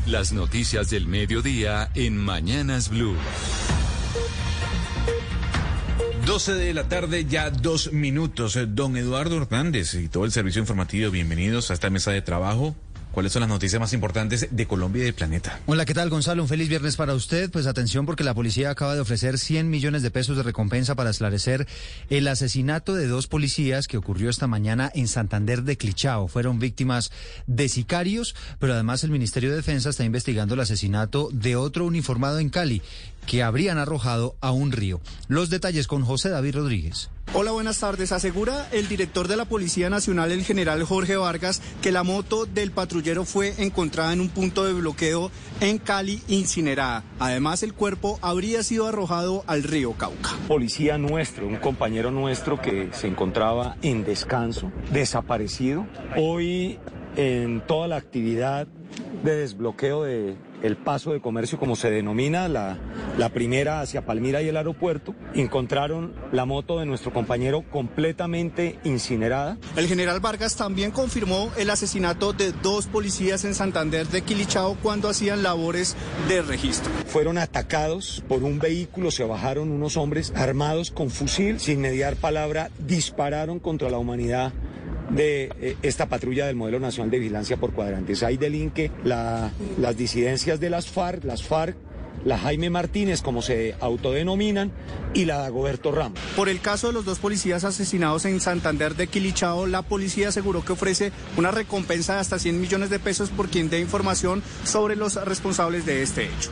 Las noticias del mediodía en Mañanas Blue. 12 de la tarde, ya 2 minutos. Don Eduardo Hernández y todo el servicio informativo, bienvenidos a esta mesa de trabajo. ¿Cuáles son las noticias más importantes de Colombia y del planeta? Hola, ¿qué tal, Gonzalo? Un feliz viernes para usted. Pues atención, porque la policía acaba de ofrecer 100 millones de pesos de recompensa para esclarecer el asesinato de 2 policías que ocurrió esta mañana en Santander de Clichao. Fueron víctimas de sicarios, pero además el Ministerio de Defensa está investigando el asesinato de otro uniformado en Cali, que habrían arrojado a un río. Los detalles con José David Rodríguez. Hola, buenas tardes. Asegura el director de la Policía Nacional, el general Jorge Vargas, que la moto del patrullero fue encontrada en un punto de bloqueo en Cali, incinerada. Además, el cuerpo habría sido arrojado al río Cauca. Policía nuestro, un compañero nuestro que se encontraba en descanso, desaparecido. Hoy, en toda la actividad de desbloqueo de el paso de comercio, como se denomina, la primera hacia Palmira y el aeropuerto, encontraron la moto de nuestro compañero completamente incinerada. El general Vargas también confirmó el asesinato de 2 policías en Santander de Quilichao cuando hacían labores de registro. Fueron atacados por un vehículo, se bajaron unos hombres armados con fusil, sin mediar palabra, dispararon contra la humanidad de esta patrulla del Modelo Nacional de Vigilancia por Cuadrantes. Ahí delinque las disidencias de las FARC, la Jaime Martínez, como se autodenominan, y la Dagoberto Ramos. Por el caso de los 2 policías asesinados en Santander de Quilichao, la policía aseguró que ofrece una recompensa de hasta 100 millones de pesos por quien dé información sobre los responsables de este hecho.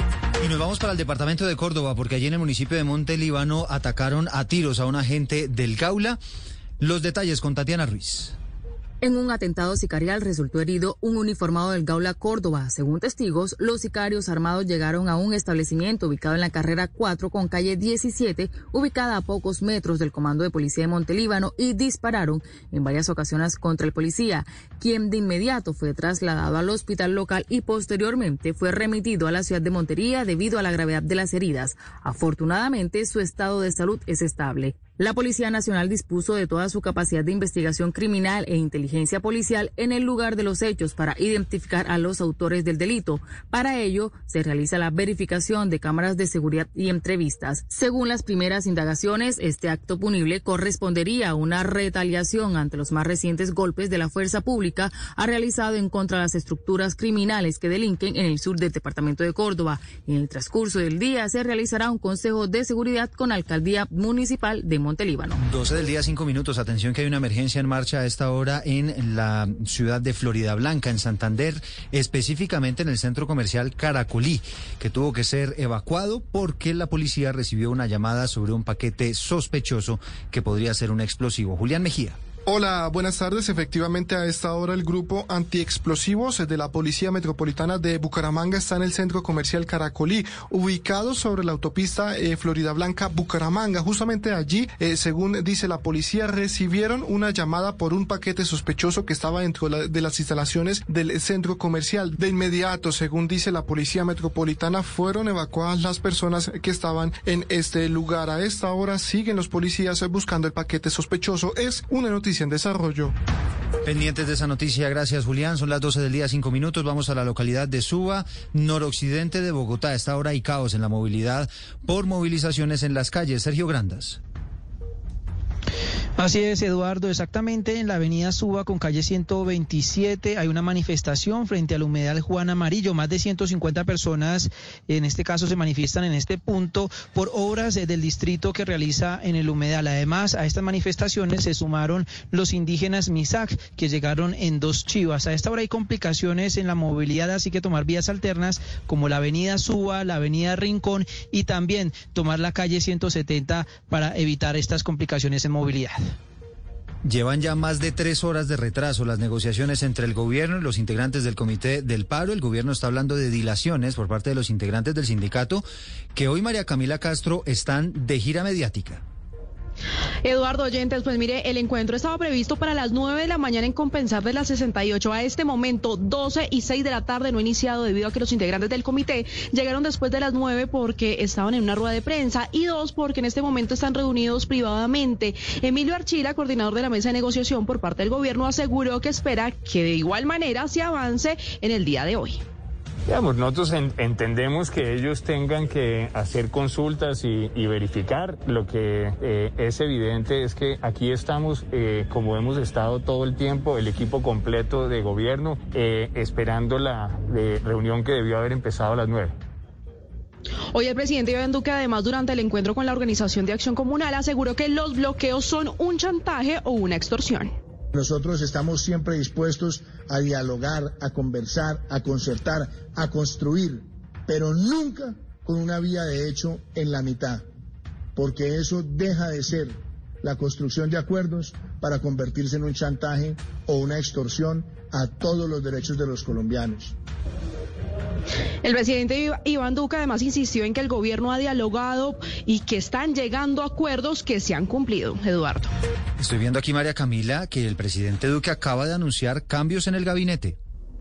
Y nos vamos para el departamento de Córdoba, porque allí en el municipio de Monte Líbano atacaron a tiros a un agente del Gaula. Los detalles con Tatiana Ruiz. En un atentado sicarial resultó herido un uniformado del Gaula Córdoba. Según testigos, los sicarios armados llegaron a un establecimiento ubicado en la carrera 4 con calle 17, ubicada a pocos metros del Comando de Policía de Montelíbano, y dispararon en varias ocasiones contra el policía, quien de inmediato fue trasladado al hospital local y posteriormente fue remitido a la ciudad de Montería debido a la gravedad de las heridas. Afortunadamente, su estado de salud es estable. La Policía Nacional dispuso de toda su capacidad de investigación criminal e inteligencia policial en el lugar de los hechos para identificar a los autores del delito. Para ello, se realiza la verificación de cámaras de seguridad y entrevistas. Según las primeras indagaciones, este acto punible correspondería a una retaliación ante los más recientes golpes de la fuerza pública realizado en contra de las estructuras criminales que delinquen en el sur del departamento de Córdoba. En el transcurso del día se realizará un consejo de seguridad con la alcaldía municipal de Montelíbano. 12 del día, 5 minutos. Atención que hay una emergencia en marcha a esta hora en la ciudad de Floridablanca, en Santander, específicamente en el centro comercial Caracolí, que tuvo que ser evacuado porque la policía recibió una llamada sobre un paquete sospechoso que podría ser un explosivo. Julián Mejía. Hola, buenas tardes. Efectivamente, a esta hora el grupo antiexplosivos de la Policía Metropolitana de Bucaramanga está en el centro comercial Caracolí, ubicado sobre la autopista Floridablanca-Bucaramanga. Justamente allí, según dice la policía, recibieron una llamada por un paquete sospechoso que estaba dentro de las instalaciones del centro comercial. De inmediato, según dice la Policía Metropolitana, fueron evacuadas las personas que estaban en este lugar. A esta hora siguen los policías buscando el paquete sospechoso. Es una noticia en desarrollo. Pendientes de esa noticia, gracias Julián. Son las 12 del día, 5 minutos. Vamos a la localidad de Suba, noroccidente de Bogotá. A esta hora hay caos en la movilidad por movilizaciones en las calles. Sergio Grandas. Así es, Eduardo, exactamente en la avenida Suba con calle 127 hay una manifestación frente al humedal Juan Amarillo. Más de 150 personas, en este caso, se manifiestan en este punto por obras del distrito que realiza en el humedal. Además, a estas manifestaciones se sumaron los indígenas Misak, que llegaron en 2 chivas. A esta hora hay complicaciones en la movilidad, así que tomar vías alternas como la avenida Suba, la avenida Rincón y también tomar la calle 170 para evitar estas complicaciones en movilidad. Llevan ya más de 3 horas de retraso las negociaciones entre el gobierno y los integrantes del Comité del Paro. El gobierno está hablando de dilaciones por parte de los integrantes del sindicato, que hoy, María Camila Castro, están de gira mediática. Eduardo, oyentes, pues mire, el encuentro estaba previsto para las 9 de la mañana en Compensar de la 68. A este momento, 12 y 6 de la tarde no ha iniciado debido a que los integrantes del comité llegaron después de las 9 porque estaban en una rueda de prensa y 2 porque en este momento están reunidos privadamente. Emilio Archila, coordinador de la mesa de negociación por parte del gobierno, aseguró que espera que de igual manera se avance en el día de hoy. Digamos, nosotros entendemos que ellos tengan que hacer consultas y verificar. Lo que es evidente es que aquí estamos, como hemos estado todo el tiempo, el equipo completo de gobierno, esperando la reunión que debió haber empezado a las 9. Hoy el presidente Iván Duque, además, durante el encuentro con la Organización de Acción Comunal, aseguró que los bloqueos son un chantaje o una extorsión. Nosotros estamos siempre dispuestos a dialogar, a conversar, a concertar, a construir, pero nunca con una vía de hecho en la mitad, porque eso deja de ser la construcción de acuerdos para convertirse en un chantaje o una extorsión a todos los derechos de los colombianos. El presidente Iván Duque además insistió en que el gobierno ha dialogado y que están llegando a acuerdos que se han cumplido. Eduardo. Estoy viendo aquí, María Camila, que el presidente Duque acaba de anunciar cambios en el gabinete.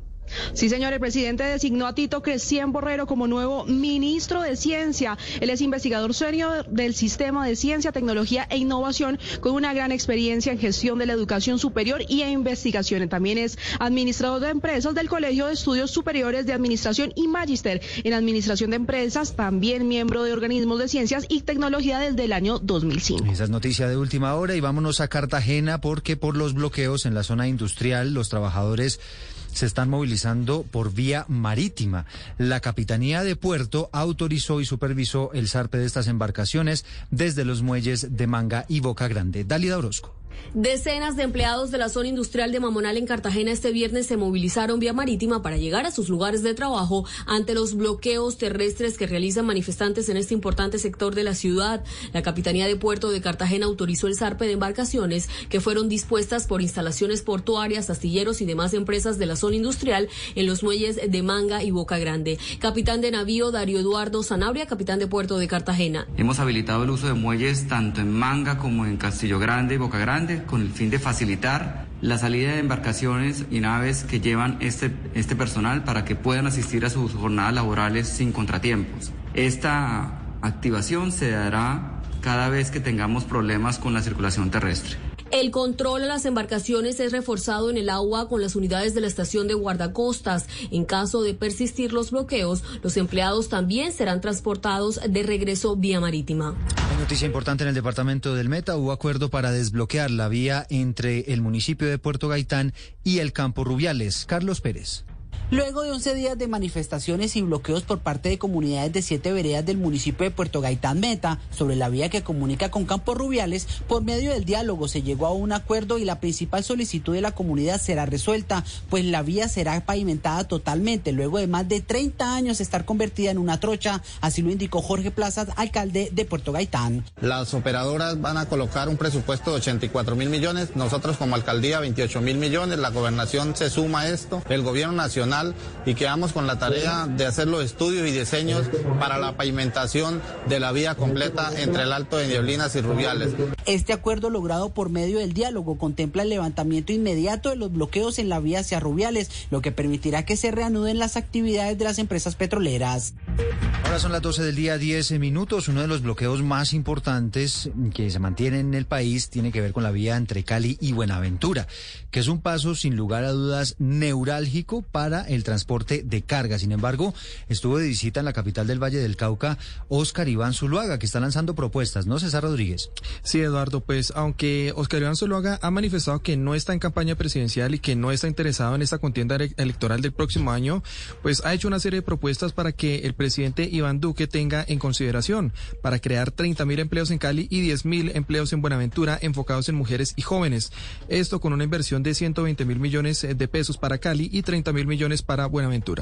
Sí, señor, el presidente designó a Tito Crescien Borrero como nuevo ministro de Ciencia. Él es investigador senior del Sistema de Ciencia, Tecnología e Innovación, con una gran experiencia en gestión de la educación superior y en investigación. También es administrador de empresas del Colegio de Estudios Superiores de Administración y Magíster en Administración de Empresas, también miembro de organismos de ciencias y tecnología desde el año 2005. Esa es noticia de última hora y vámonos a Cartagena porque por los bloqueos en la zona industrial los trabajadores se están movilizando por vía marítima. La Capitanía de Puerto autorizó y supervisó el zarpe de estas embarcaciones desde los muelles de Manga y Boca Grande. Dálida Orozco. Decenas de empleados de la zona industrial de Mamonal en Cartagena este viernes se movilizaron vía marítima para llegar a sus lugares de trabajo ante los bloqueos terrestres que realizan manifestantes en este importante sector de la ciudad. La Capitanía de Puerto de Cartagena autorizó el zarpe de embarcaciones que fueron dispuestas por instalaciones portuarias, astilleros y demás empresas de la zona industrial en los muelles de Manga y Boca Grande. Capitán de navío Darío Eduardo Sanabria, capitán de Puerto de Cartagena. Hemos habilitado el uso de muelles tanto en Manga como en Castillo Grande y Boca Grande, con el fin de facilitar la salida de embarcaciones y naves que llevan este personal para que puedan asistir a sus jornadas laborales sin contratiempos. Esta activación se dará cada vez que tengamos problemas con la circulación terrestre. El control a las embarcaciones es reforzado en el agua con las unidades de la estación de guardacostas. En caso de persistir los bloqueos, los empleados también serán transportados de regreso vía marítima. Hay noticia importante en el departamento del Meta. Hubo acuerdo para desbloquear la vía entre el municipio de Puerto Gaitán y el Campo Rubiales. Carlos Pérez. Luego de 11 días de manifestaciones y bloqueos por parte de comunidades de 7 veredas del municipio de Puerto Gaitán Meta sobre la vía que comunica con Campos Rubiales, por medio del diálogo se llegó a un acuerdo y la principal solicitud de la comunidad será resuelta, pues la vía será pavimentada totalmente luego de más de 30 años estar convertida en una trocha, así lo indicó Jorge Plazas, alcalde de Puerto Gaitán. Las operadoras van a colocar un presupuesto de 84.000 millones, nosotros como alcaldía 28.000 millones, la gobernación se suma a esto, el gobierno nacional, y quedamos con la tarea de hacer los estudios y diseños para la pavimentación de la vía completa entre el Alto de Nieblinas y Rubiales. Este acuerdo logrado por medio del diálogo contempla el levantamiento inmediato de los bloqueos en la vía hacia Rubiales, lo que permitirá que se reanuden las actividades de las empresas petroleras. Ahora son las 12 del día, 10 minutos. Uno de los bloqueos más importantes que se mantienen en el país tiene que ver con la vía entre Cali y Buenaventura, que es un paso sin lugar a dudas neurálgico para el transporte de carga. Sin embargo, estuvo de visita en la capital del Valle del Cauca Óscar Iván Zuluaga, que está lanzando propuestas, ¿no, César Rodríguez? Sí, Eduardo, pues aunque Óscar Iván Zuluaga ha manifestado que no está en campaña presidencial y que no está interesado en esta contienda electoral del próximo año, pues ha hecho una serie de propuestas para que el presidente Iván Duque tenga en consideración, para crear 30.000 empleos en Cali y 10.000 empleos en Buenaventura enfocados en mujeres y jóvenes. Esto con una inversión de 120.000 millones de pesos para Cali y 30.000 millones para Buenaventura.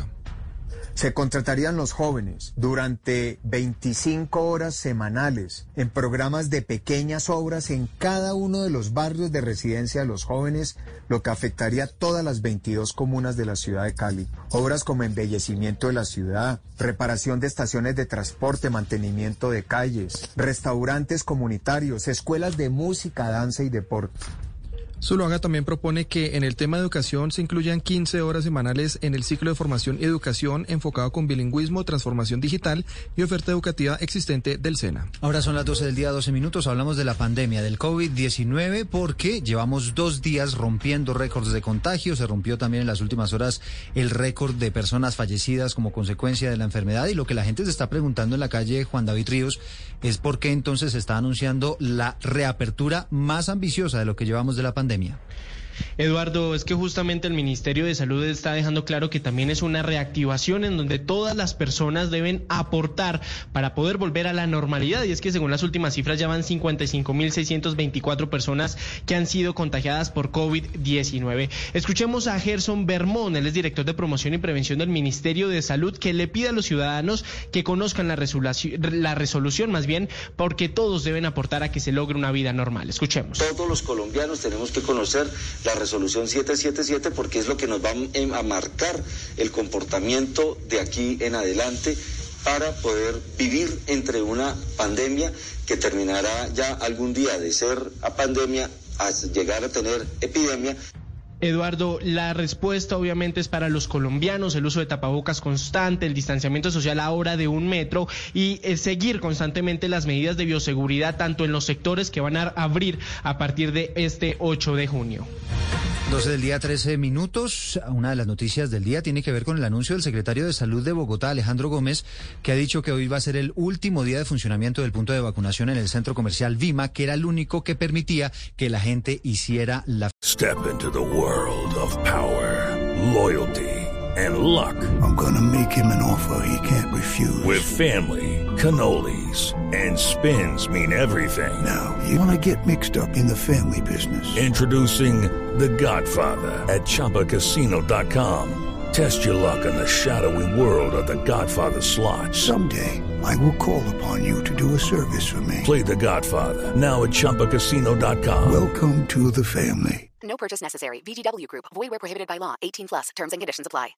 Se contratarían los jóvenes durante 25 horas semanales en programas de pequeñas obras en cada uno de los barrios de residencia de los jóvenes, lo que afectaría a todas las 22 comunas de la ciudad de Cali. Obras como embellecimiento de la ciudad, reparación de estaciones de transporte, mantenimiento de calles, restaurantes comunitarios, escuelas de música, danza y deporte. Zuluaga también propone que en el tema de educación se incluyan 15 horas semanales en el ciclo de formación y educación enfocado con bilingüismo, transformación digital y oferta educativa existente del SENA. Ahora son las 12 del día, 12 minutos. Hablamos de la pandemia del COVID-19 porque llevamos 2 días rompiendo récords de contagio. Se rompió también en las últimas horas el récord de personas fallecidas como consecuencia de la enfermedad. Y lo que la gente se está preguntando en la calle Juan David Ríos es por qué entonces se está anunciando la reapertura más ambiciosa de lo que llevamos de la pandemia. Eduardo, es que justamente el Ministerio de Salud está dejando claro que también es una reactivación en donde todas las personas deben aportar para poder volver a la normalidad, y es que según las últimas cifras ya van 55.624 personas que han sido contagiadas por COVID-19. Escuchemos a Gerson Bermón, él es director de promoción y prevención del Ministerio de Salud, que le pide a los ciudadanos que conozcan la resolución más bien, porque todos deben aportar a que se logre una vida normal. Escuchemos. Todos los colombianos tenemos que conocer la resolución 777 porque es lo que nos va a marcar el comportamiento de aquí en adelante para poder vivir entre una pandemia que terminará ya algún día de ser a pandemia a llegar a tener epidemia. Eduardo, la respuesta obviamente es para los colombianos, el uso de tapabocas constante, el distanciamiento social ahora de 1 metro y seguir constantemente las medidas de bioseguridad tanto en los sectores que van a abrir a partir de este 8 de junio. 12 del día, 13 minutos. Una de las noticias del día tiene que ver con el anuncio del secretario de Salud de Bogotá, Alejandro Gómez, que ha dicho que hoy va a ser el último día de funcionamiento del punto de vacunación en el centro comercial Vima, que era el único que permitía que la gente hiciera la... Step into the world of power, loyalty, and luck. I'm gonna make him an offer he can't refuse. With family, cannolis, and spins mean everything. Now, you wanna get mixed up in the family business. Introducing The Godfather at ChumbaCasino.com. Test your luck in the shadowy world of The Godfather slot. Someday, I will call upon you to do a service for me. Play The Godfather, now at ChumbaCasino.com. Welcome to the family. No purchase necessary. VGW Group. Void where prohibited by law. 18+. Terms and conditions apply.